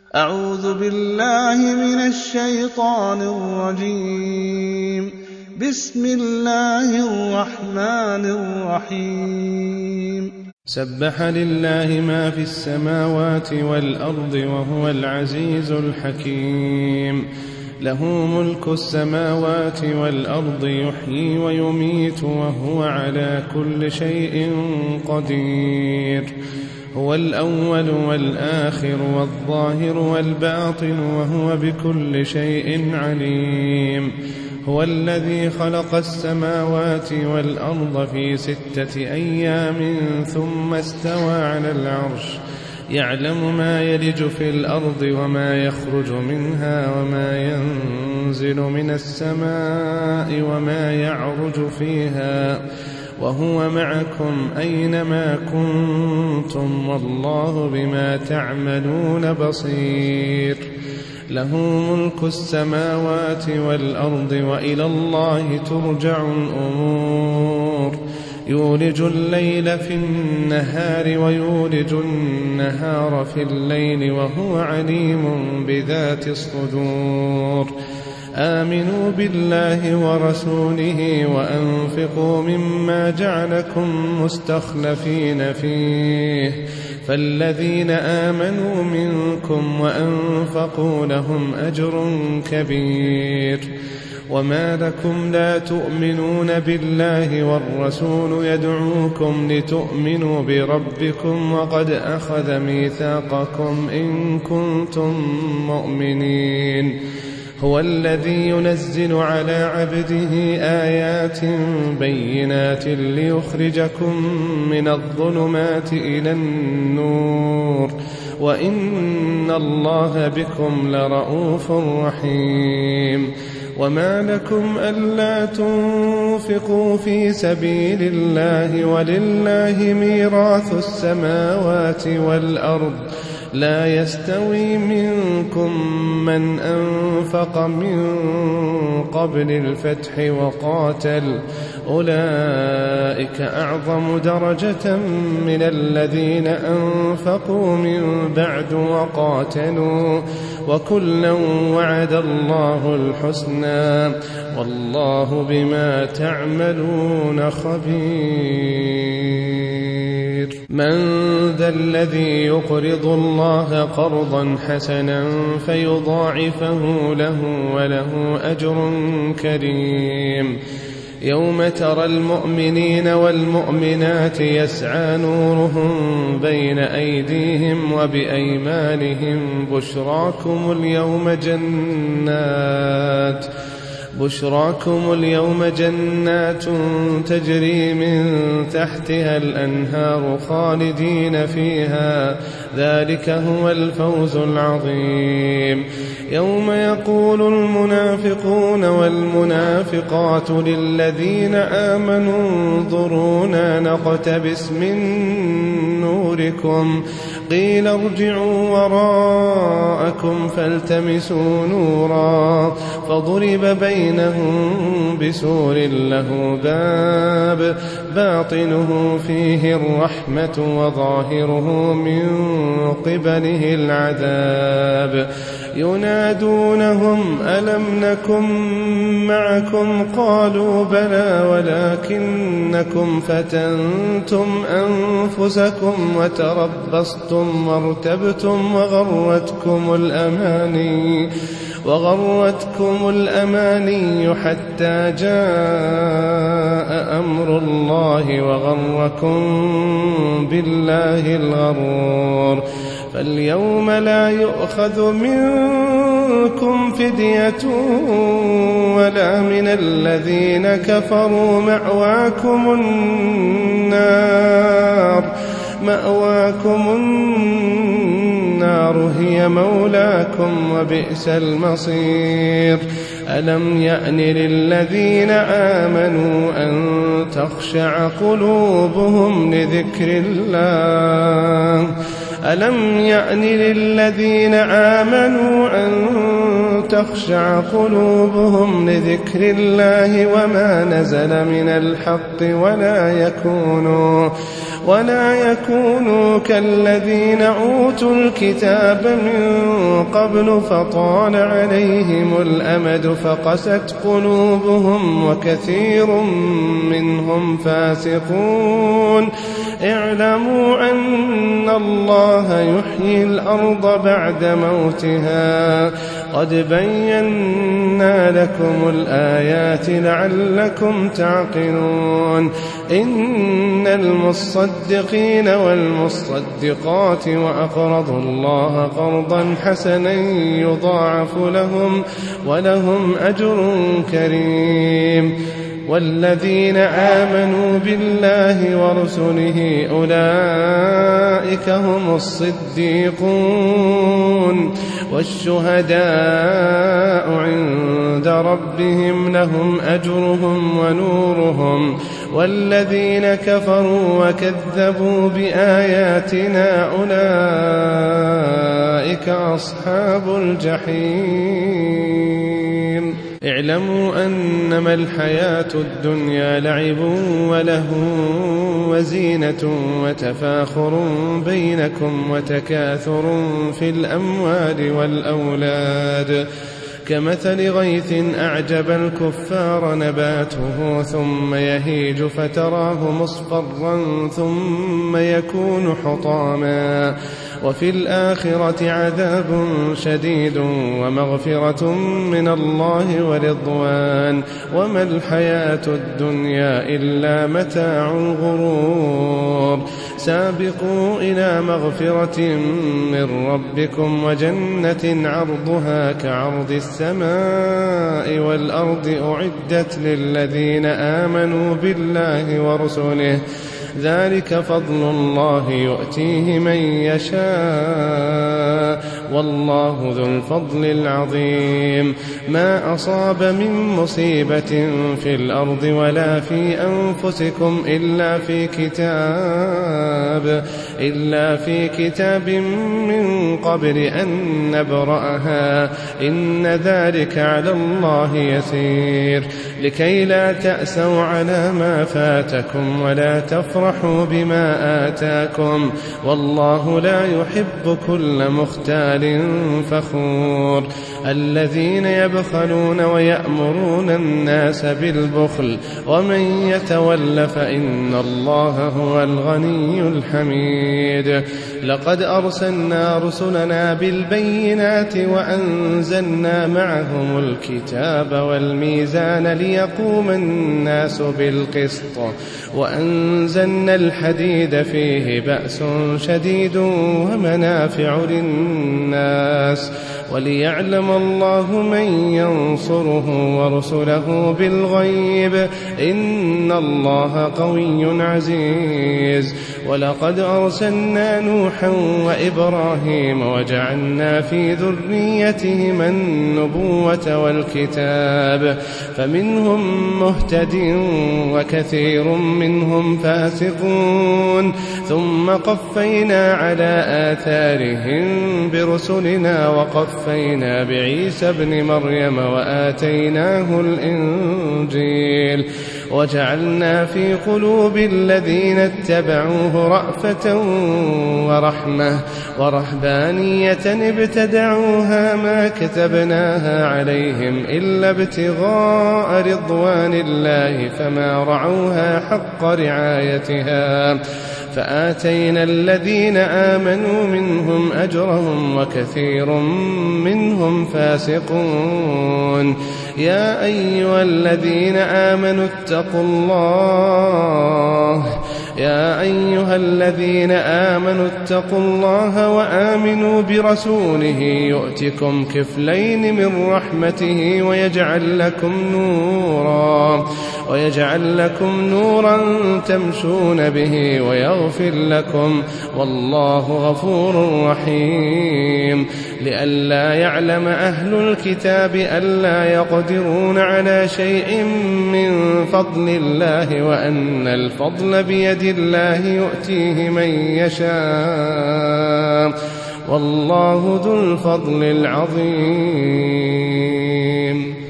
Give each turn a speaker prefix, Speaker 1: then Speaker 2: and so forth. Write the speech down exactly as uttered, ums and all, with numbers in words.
Speaker 1: أعوذ بالله من الشيطان الرجيم. بسم الله الرحمن الرحيم.
Speaker 2: سبح لله ما في السماوات والأرض وهو العزيز الحكيم. له ملك السماوات والأرض يحيي ويميت وهو على كل شيء قدير. هو الأول والآخر والظاهر والباطن وهو بكل شيء عليم. هو الذي خلق السماوات والأرض في ستة أيام ثم استوى على العرش يعلم ما يلج في الأرض وما يخرج منها وما ينزل من السماء وما يعرج فيها وهو معكم أينما كنتم والله بما تعملون بصير. له ملك السماوات والأرض وإلى الله ترجع الأمور. يولج الليل في النهار ويولج النهار في الليل وهو عليم بذات الصدور. آمنوا بالله ورسوله وأنفقوا مما جعلكم مستخلفين فيه فالذين آمنوا منكم وأنفقوا لهم أجر كبير. وما لكم لا تؤمنون بالله والرسول يدعوكم لتؤمنوا بربكم وقد أخذ ميثاقكم إن كنتم مؤمنين. هو الذي ينزل على عبده آيات بينات ليخرجكم من الظلمات إلى النور وإن الله بكم لرءوف رحيم. وما لكم ألا تنفقوا في سبيل الله ولله ميراث السماوات والأرض لا يستوي منكم من أنفق من قبل الفتح وقاتل أولئك أعظم درجة من الذين أنفقوا من بعد وقاتلوا وكلا وعد الله الحسنى والله بما تعملون خبير. من ذا الذي يقرض الله قرضا حسنا فيضاعفه له وله أجر كريم. يوم ترى المؤمنين والمؤمنات يسعى نورهم بين أيديهم وبأيمانهم بشراكم اليوم جنات بشراكم اليوم جنات تجري من تحتها الأنهار خالدين فيها ذلك هو الفوز العظيم. يوم يقول المنافقون والمنافقات للذين آمنوا انظرونا نقتبس من نوركم قيل ارجعوا وراءكم فالتمسوا نورا فضرب بينهم بسور له باب باطنه فيه الرحمة وظاهره من قبله العذاب. ينادونهم ألم نكن معكم قالوا بلى ولكنكم فتنتم أنفسكم وتربصتم وارتبتم وغرتكم الأماني وغرتكم الأماني حتى جاء أمر الله وغركم بالله الغرور. فاليوم لا يؤخذ منكم فدية ولا من الذين كفروا مأواكم النار مأواكم النار هي مولاكم وبئس المصير. ألم يأن للذين آمنوا أن تخشع قلوبهم لذكر الله ألم يأن للذين آمنوا أن تخشع قلوبهم لذكر الله وما نزل من الحق ولا يكونوا ولا يكونوا كالذين أوتوا الكتاب من قبل فطال عليهم الأمد فقست قلوبهم وكثير منهم فاسقون اعلموا أن الله يحيي الأرض بعد موتها قد بينا لكم الآيات لعلكم تعقلون إن المصدقين والمصدقات وأقرضوا الله قرضا حسنا يضاعف لهم ولهم أجر كريم والذين آمنوا بالله ورسله أولئك هم الصديقون والشهداء عند ربهم لهم أجرهم ونورهم والذين كفروا وكذبوا بآياتنا أولئك أصحاب الجحيم اعلموا أنما الحياة الدنيا لعب ولهو وزينة وتفاخر بينكم وتكاثر في الأموال والأولاد كمثل غيث أعجب الكفار نباته ثم يهيج فتراه مصفرا ثم يكون حطاما وفي الآخرة عذاب شديد ومغفرة من الله ورضوان وما الحياة الدنيا إلا متاع الغرور سابقوا إلى مغفرة من ربكم وجنة عرضها كعرض السماء والأرض أعدت للذين آمنوا بالله ورسله ذلك فضل الله يؤتيه من يشاء والله ذو الفضل العظيم ما أصاب من مصيبة في الأرض ولا في أنفسكم إلا في كتاب إلا في كتاب من قبل أن نبرأها إن ذلك على الله يسير لكي لا تأسوا على ما فاتكم ولا تفرحوا بما آتاكم والله لا يحب كل مختال فخور الذين يبخلون ويأمرون الناس بالبخل ومن يتول فإن الله هو الغني الحميد لقد أرسلنا رسلنا بالبينات وأنزلنا معهم الكتاب والميزان ليقوم الناس بالقسط وأنزلنا الحديد فيه بأس شديد ومنافع للناس وليعلم الله من ينصره ورسله بالغيب إن الله قوي عزيز ولقد أرسلنا نوحا وإبراهيم وجعلنا في ذريتهما النبوة والكتاب فمنهم مهتد وكثير منهم فاسقون ثم قفينا على آثارهم برسلنا وقفينا بعيسى ابن مريم وآتيناه الإنجيل وجعلنا في قلوب الذين اتبعوه رأفة ورحمة ورهبانية ابتدعوها ما كتبناها عليهم إلا ابتغاء رضوان الله فما رعوها حق رعايتها فآتينا الذين آمنوا منهم أجرهم وكثير منهم فاسقون يا أيها الذين آمنوا اتقوا الله يا أيها الذين آمنوا اتقوا الله وآمنوا برسوله يؤتكم كفلين من رحمته ويجعل لكم نورا ويجعل لكم نورا تمشون به ويغفر لكم والله غفور رحيم لئلا يعلم أهل الكتاب ألا يقدرون على شيء من فضل الله وأن الفضل بيد الله يؤتيه من يشاء والله ذو الفضل العظيم